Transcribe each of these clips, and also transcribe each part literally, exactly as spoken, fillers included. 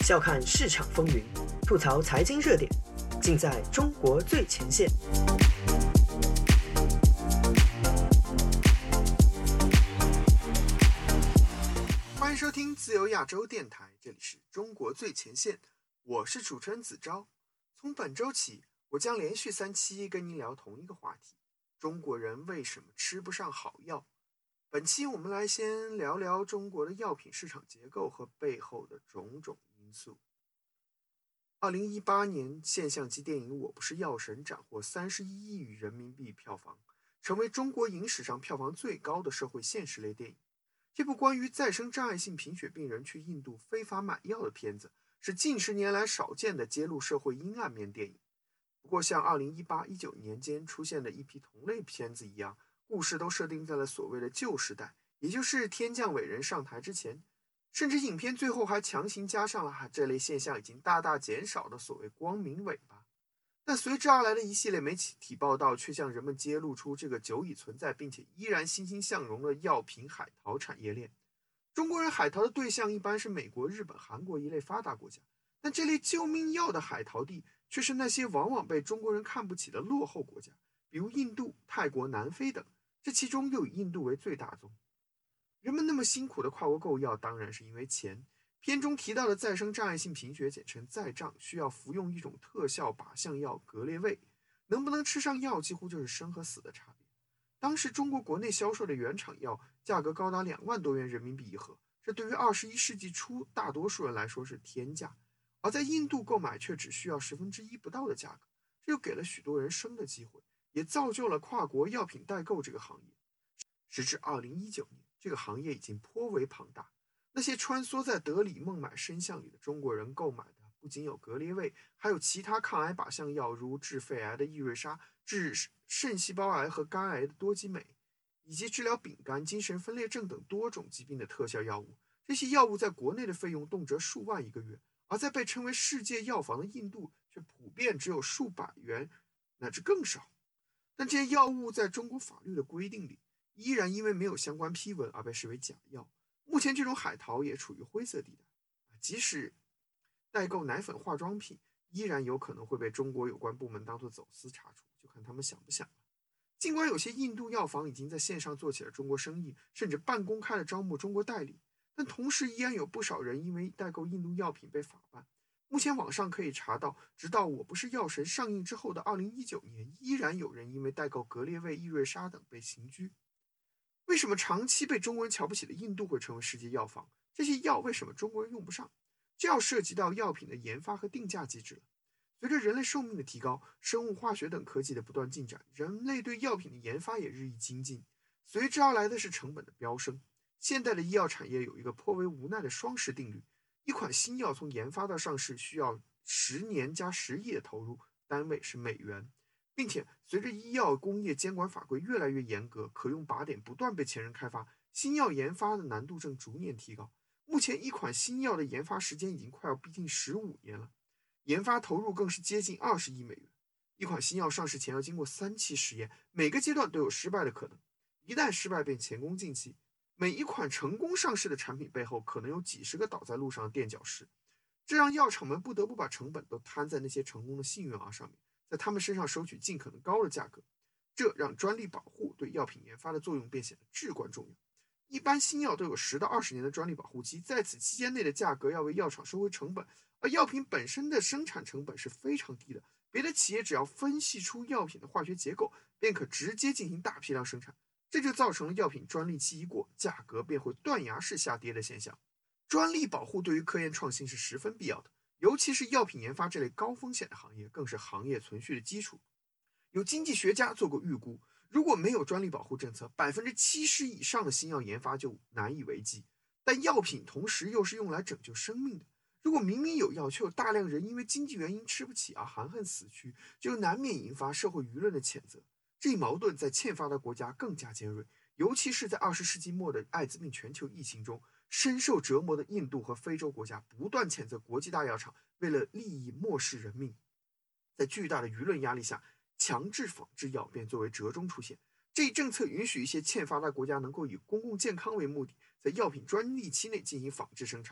笑看市场风云，吐槽财经热点，尽在中国最前线。 欢迎收听自由亚洲电台，这里是中国最前线，我是主持人子昭。从本周起，我将连续三期跟您聊同一个话题：中国人为什么吃不上好药？本期我们来先聊聊中国的药品市场结构和背后的种种因素。二零一八年，现象级电影《我不是药神》斩获三十一亿元人民币票房，成为中国影史上票房最高的社会现实类电影。这部关于再生障碍性贫血病人去印度非法买药的片子，是近十年来少见的揭露社会阴暗面电影。不过，像二零一八、一九年间出现的一批同类片子一样，故事都设定在了所谓的旧时代，也就是天降伟人上台之前，甚至影片最后还强行加上了这类现象已经大大减少的所谓光明尾巴。但随之而来的一系列媒体报道却向人们揭露出这个久已存在并且依然欣欣向荣的药品海淘产业链。中国人海淘的对象一般是美国、日本、韩国一类发达国家，但这类救命药的海淘地却是那些往往被中国人看不起的落后国家，比如印度、泰国、南非等，这其中又以印度为最大宗。人们那么辛苦的跨国购药，当然是因为钱。片中提到的再生障碍性贫血，简称再障，需要服用一种特效靶向药格列卫，能不能吃上药几乎就是生和死的差别。当时中国国内销售的原厂药价格高达两万多元人民币一盒，这对于二十一世纪初大多数人来说是天价，而在印度购买却只需要十分之一不到的价格，这就给了许多人生的机会，也造就了跨国药品代购这个行业。时至二零一九年，这个行业已经颇为庞大。那些穿梭在德里孟买深巷里的中国人购买的不仅有格列卫，还有其他抗癌靶向药，如治肺癌的益瑞沙、治肾细胞癌和肝癌的多基美，以及治疗丙肝、精神分裂症等多种疾病的特效药物。这些药物在国内的费用动辄数万一个月，而在被称为世界药房的印度却普遍只有数百元乃至更少。但这些药物在中国法律的规定里，依然因为没有相关批文而被视为假药。目前这种海淘也处于灰色地带，即使代购奶粉化妆品，依然有可能会被中国有关部门当作走私查处，就看他们想不想了。尽管有些印度药房已经在线上做起了中国生意，甚至半公开的招募中国代理，但同时依然有不少人因为代购印度药品被法办。目前网上可以查到，直到《我不是药神》上映之后的二零一九年，依然有人因为代购格列卫、益瑞沙等被刑拘。为什么长期被中国人瞧不起的印度会成为世界药房？这些药为什么中国人用不上？这要涉及到药品的研发和定价机制了。随着人类寿命的提高，生物化学等科技的不断进展，人类对药品的研发也日益精进，随之而来的是成本的飙升。现代的医药产业有一个颇为无奈的双十定律：一款新药从研发到上市需要十年加十亿的投入，单位是美元。并且随着医药工业监管法规越来越严格，可用靶点不断被前人开发，新药研发的难度正逐年提高。目前一款新药的研发时间已经快要逼近十五年了，研发投入更是接近二十亿美元。一款新药上市前要经过三期实验，每个阶段都有失败的可能，一旦失败便前功尽弃。每一款成功上市的产品背后可能有几十个倒在路上的垫脚石，这让药厂们不得不把成本都摊在那些成功的幸运儿上面，在他们身上收取尽可能高的价格，这让专利保护对药品研发的作用便显得至关重要。一般新药都有十到二十年的专利保护期，在此期间内的价格要为药厂收回成本，而药品本身的生产成本是非常低的，别的企业只要分析出药品的化学结构，便可直接进行大批量生产，这就造成了药品专利期一过，价格便会断崖式下跌的现象。专利保护对于科研创新是十分必要的，尤其是药品研发这类高风险的行业，更是行业存续的基础。有经济学家做过预估，如果没有专利保护政策， 百分之七十 以上的新药研发就难以为继。但药品同时又是用来拯救生命的，如果明明有药，却有大量人因为经济原因吃不起而含恨死去，就难免引发社会舆论的谴责。这一矛盾在欠发达国家更加尖锐，尤其是在二十世纪末的艾滋病全球疫情中，深受折磨的印度和非洲国家不断谴责国际大药厂为了利益漠视人命。在巨大的舆论压力下，强制仿制药便作为折中出现。这一政策允许一些欠发达国家能够以公共健康为目的，在药品专利期内进行仿制生产，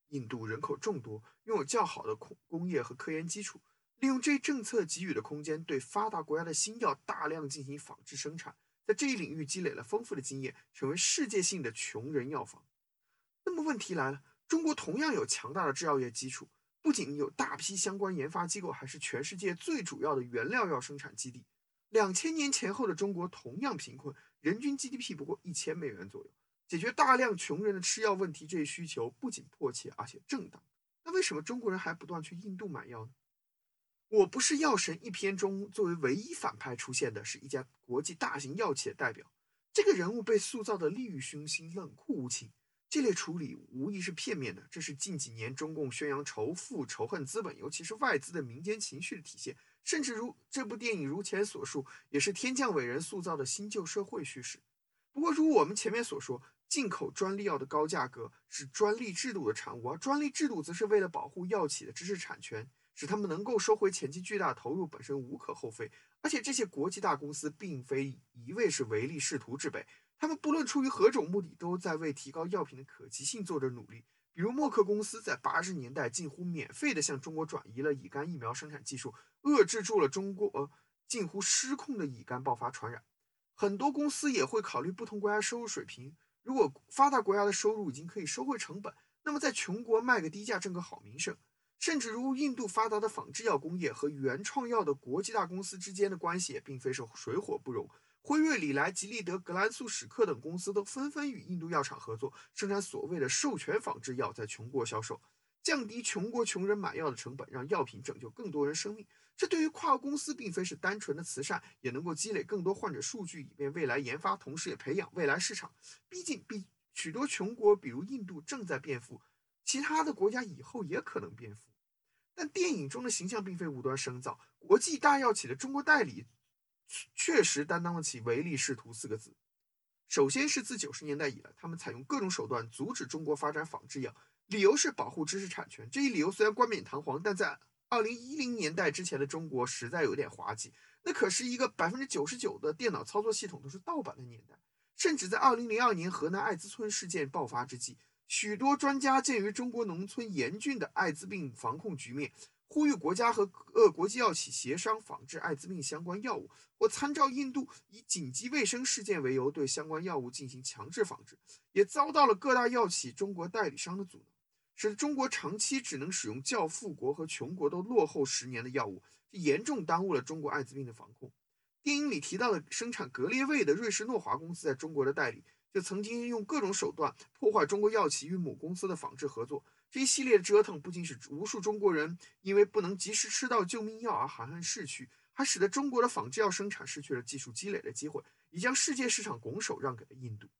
印度人口众多，拥有较好的工业和科研基础，利用这一政策给予的空间，对发达国家的新药大量进行仿制生产，在这一领域积累了丰富的经验，成为世界性的穷人药房。那么问题来了，中国同样有强大的制药业基础，不仅有大批相关研发机构，还是全世界最主要的原料药生产基地。两千年前后的中国同样贫困，人均 G D P 不过一千美元左右。解决大量穷人的吃药问题，这一需求不仅迫切，而且正当。那为什么中国人还不断去印度买药呢？我不是药神一篇中作为唯一反派出现的是一家国际大型药企的代表，这个人物被塑造的利欲熏心、冷酷无情。这类处理无疑是片面的，这是近几年中共宣扬仇富、仇恨资本，尤其是外资的民间情绪的体现。甚至如这部电影如前所述，也是天降伟人塑造的新旧社会叙事。不过，如我们前面所说，进口专利药的高价格是专利制度的产物，而专利制度则是为了保护药企的知识产权，使他们能够收回前期巨大投入，本身无可厚非。而且这些国际大公司并非一味是唯利是图之辈，他们不论出于何种目的，都在为提高药品的可及性做着努力。比如默克公司在八十年代近乎免费地向中国转移了乙肝疫苗生产技术，遏制住了中国、呃、近乎失控的乙肝爆发传染。很多公司也会考虑不同国家收入水平，如果发达国家的收入已经可以收回成本，那么在穷国卖个低价挣个好名声。甚至如印度发达的仿制药工业和原创药的国际大公司之间的关系也并非是水火不容。辉瑞、礼来、吉利德、格兰素史克等公司都纷纷与印度药厂合作，生产所谓的授权仿制药，在穷国销售，降低穷国穷人买药的成本，让药品拯救更多人生命。这对于跨国公司并非是单纯的慈善，也能够积累更多患者数据，以便未来研发，同时也培养未来市场。毕竟，比许多穷国，比如印度正在变富，其他的国家以后也可能变富。但电影中的形象并非无端生造，国际大药企的中国代理确实担当得起唯利是图四个字。首先是自九十年代以来，他们采用各种手段阻止中国发展仿制药，理由是保护知识产权。这一理由虽然冠冕堂皇，但在二零一零年代之前的中国实在有点滑稽。那可是一个 百分之九十九 的电脑操作系统都是盗版的年代。甚至在二零零二年河南艾滋村事件爆发之际，许多专家鉴于中国农村严峻的艾滋病防控局面，呼吁国家和各国际药企协商仿制艾滋病相关药物，或参照印度以紧急卫生事件为由对相关药物进行强制仿制，也遭到了各大药企、中国代理商的阻挠，使得中国长期只能使用较富国和穷国都落后十年的药物，这严重耽误了中国艾滋病的防控。电影里提到的生产格列卫的瑞士诺华公司在中国的代理，就曾经用各种手段破坏中国药企与母公司的仿制合作。这一系列的折腾不仅使无数中国人因为不能及时吃到救命药而含恨逝去，还使得中国的仿制药生产失去了技术积累的机会，也将世界市场拱手让给了印度。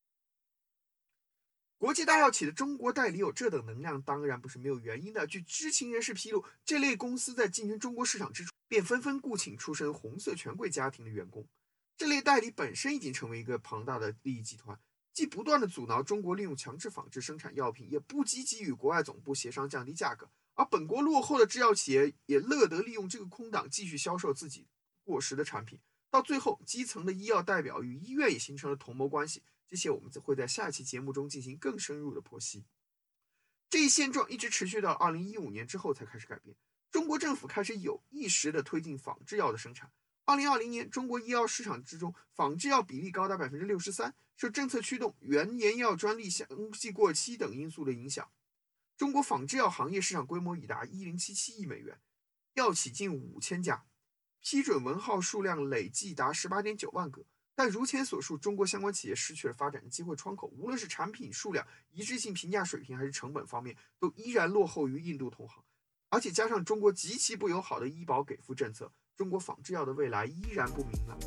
国际大药企的中国代理有这等能量，当然不是没有原因的。据知情人士披露，这类公司在进军中国市场之初，便纷纷雇请出身红色权贵家庭的员工。这类代理本身已经成为一个庞大的利益集团，既不断的阻挠中国利用强制仿制生产药品，也不积极与国外总部协商降低价格。而本国落后的制药企业也乐得利用这个空档继续销售自己过时的产品。到最后，基层的医药代表与医院也形成了同谋关系。这些我们会在下期节目中进行更深入的剖析。这一现状一直持续到二零一五年之后才开始改变，中国政府开始有意识地推进仿制药的生产。二零二零年，中国医药市场之中仿制药比例高达 百分之六十三， 受政策驱动、原研药专利相继过期等因素的影响，中国仿制药行业市场规模已达一千零七十七亿美元，药企近五千家，批准文号数量累计达 十八点九万个。但如前所述，中国相关企业失去了发展的机会窗口，无论是产品数量、一致性评价水平还是成本方面，都依然落后于印度同行。而且加上中国极其不友好的医保给付政策，中国仿制药的未来依然不明朗。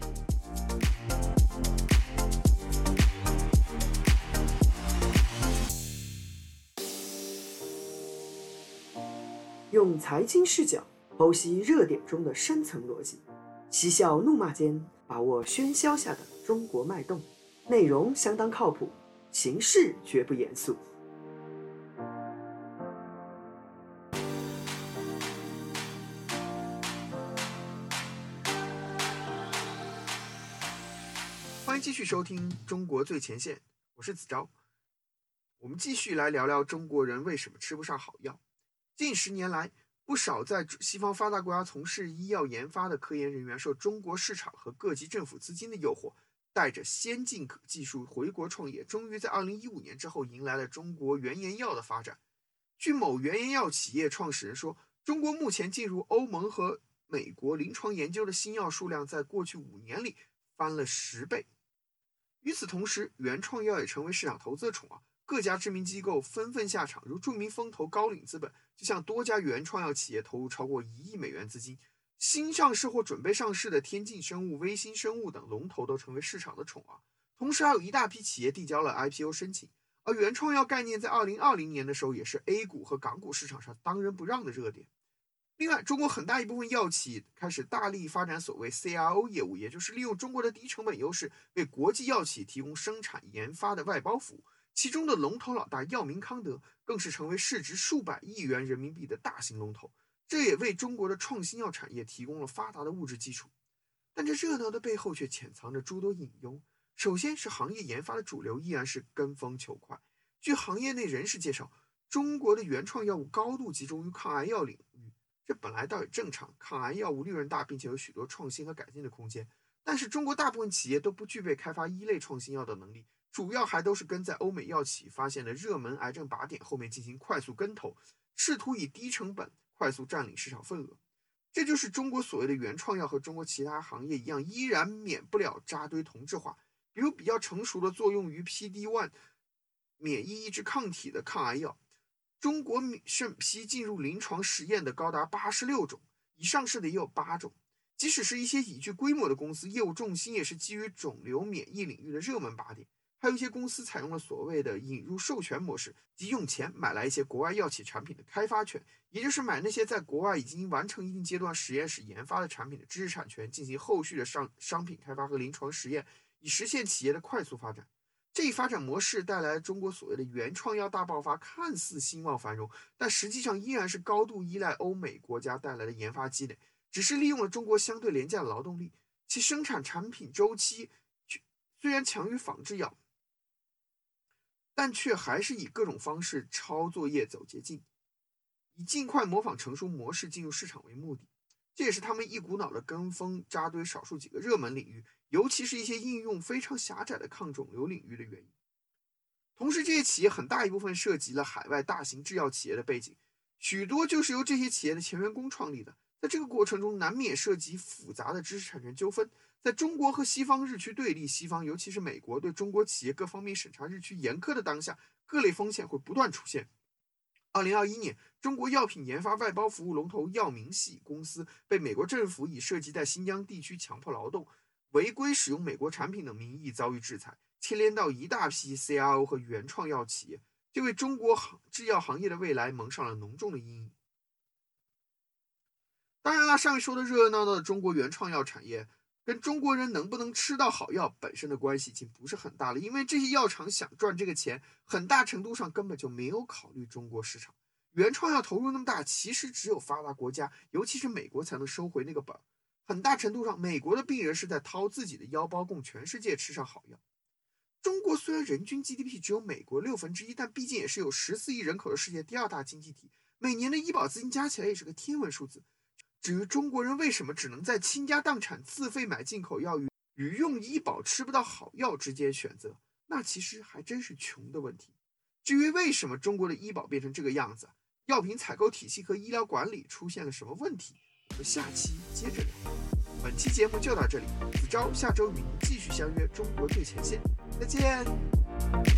用财经视角剖析热点中的深层逻辑，嬉笑怒骂间把握喧嚣下的中国脉动，内容相当靠谱，形式绝不严肃。 欢迎继续收听《中国最前线》，我是子昭。 我们继续来聊聊中国人为什么吃不上好药。近十年来，不少在西方发达国家从事医药研发的科研人员受中国市场和各级政府资金的诱惑，带着先进技术回国创业，终于在二零一五年之后迎来了中国原研药的发展。据某原研药企业创始人说，中国目前进入欧盟和美国临床研究的新药数量在过去五年里翻了十倍。与此同时，原创药也成为市场投资的宠儿，各家知名机构纷纷下场，如著名风投高瓴资本就向多家原创药企业投入超过一亿美元资金，新上市或准备上市的天进生物、微星生物等龙头都成为市场的宠儿。同时还有一大批企业递交了 I P O 申请，而原创药概念在二零二零年的时候也是 A 股和港股市场上当仁不让的热点。另外，中国很大一部分药企开始大力发展所谓 C R O 业务，也就是利用中国的低成本优势为国际药企提供生产研发的外包服务。其中的龙头老大药明康德更是成为市值数百亿元人民币的大型龙头，这也为中国的创新药产业提供了发达的物质基础。但这热闹的背后却潜藏着诸多隐忧。首先是行业研发的主流依然是跟风求快。据行业内人士介绍，中国的原创药物高度集中于抗癌药领域，这本来倒也正常，抗癌药物利润大，并且有许多创新和改进的空间。但是中国大部分企业都不具备开发一类创新药的能力，主要还都是跟在欧美药企发现的热门癌症靶点后面进行快速跟投，试图以低成本快速占领市场份额。这就是中国所谓的原创药和中国其他行业一样，依然免不了扎堆同质化。比如比较成熟的作用于 P D 一 免疫抑制抗体的抗癌药，中国审批进入临床实验的高达八十六种，已上市的也有八种。即使是一些已具规模的公司，业务重心也是基于肿瘤免疫领域的热门靶点。还有一些公司采用了所谓的引入授权模式，即用钱买来一些国外药企产品的开发权，也就是买那些在国外已经完成一定阶段实验室研发的产品的知识产权，进行后续的商商品开发和临床实验，以实现企业的快速发展。这一发展模式带来了中国所谓的原创药大爆发，看似兴旺繁荣，但实际上依然是高度依赖欧美国家带来的研发积累，只是利用了中国相对廉价的劳动力，其生产产品周期虽然强于仿制药，但却还是以各种方式抄作业走捷径，以尽快模仿成熟模式进入市场为目的。这也是他们一股脑的跟风扎堆少数几个热门领域，尤其是一些应用非常狭窄的抗肿瘤领域的原因。同时，这些企业很大一部分涉及了海外大型制药企业的背景，许多就是由这些企业的前员工创立的。在这个过程中，难免涉及复杂的知识产权纠纷。在中国和西方日趋对立，西方尤其是美国对中国企业各方面审查日趋严苛的当下，各类风险会不断出现。二零二一年，中国药品研发外包服务龙头药明系公司被美国政府以涉及在新疆地区强迫劳动、违规使用美国产品等名义遭遇制裁，牵连到一大批 C R O 和原创药企业，这为中国制药行业的未来蒙上了浓重的阴影。当然了，上面说的热热闹闹的中国原创药产业跟中国人能不能吃到好药本身的关系已经不是很大了，因为这些药厂想赚这个钱，很大程度上根本就没有考虑中国市场。原创药投入那么大，其实只有发达国家，尤其是美国才能收回那个本。很大程度上，美国的病人是在掏自己的腰包供全世界吃上好药。中国虽然人均 G D P 只有美国六分之一，但毕竟也是有十四亿人口的世界第二大经济体，每年的医保资金加起来也是个天文数字。至于中国人为什么只能在倾家荡产自费买进口药与与用医保吃不到好药之间选择，那其实还真是穷的问题。至于为什么中国的医保变成这个样子，药品采购体系和医疗管理出现了什么问题，我们下期接着聊。本期节目就到这里，子昭下周与您继续相约中国最前线，再见。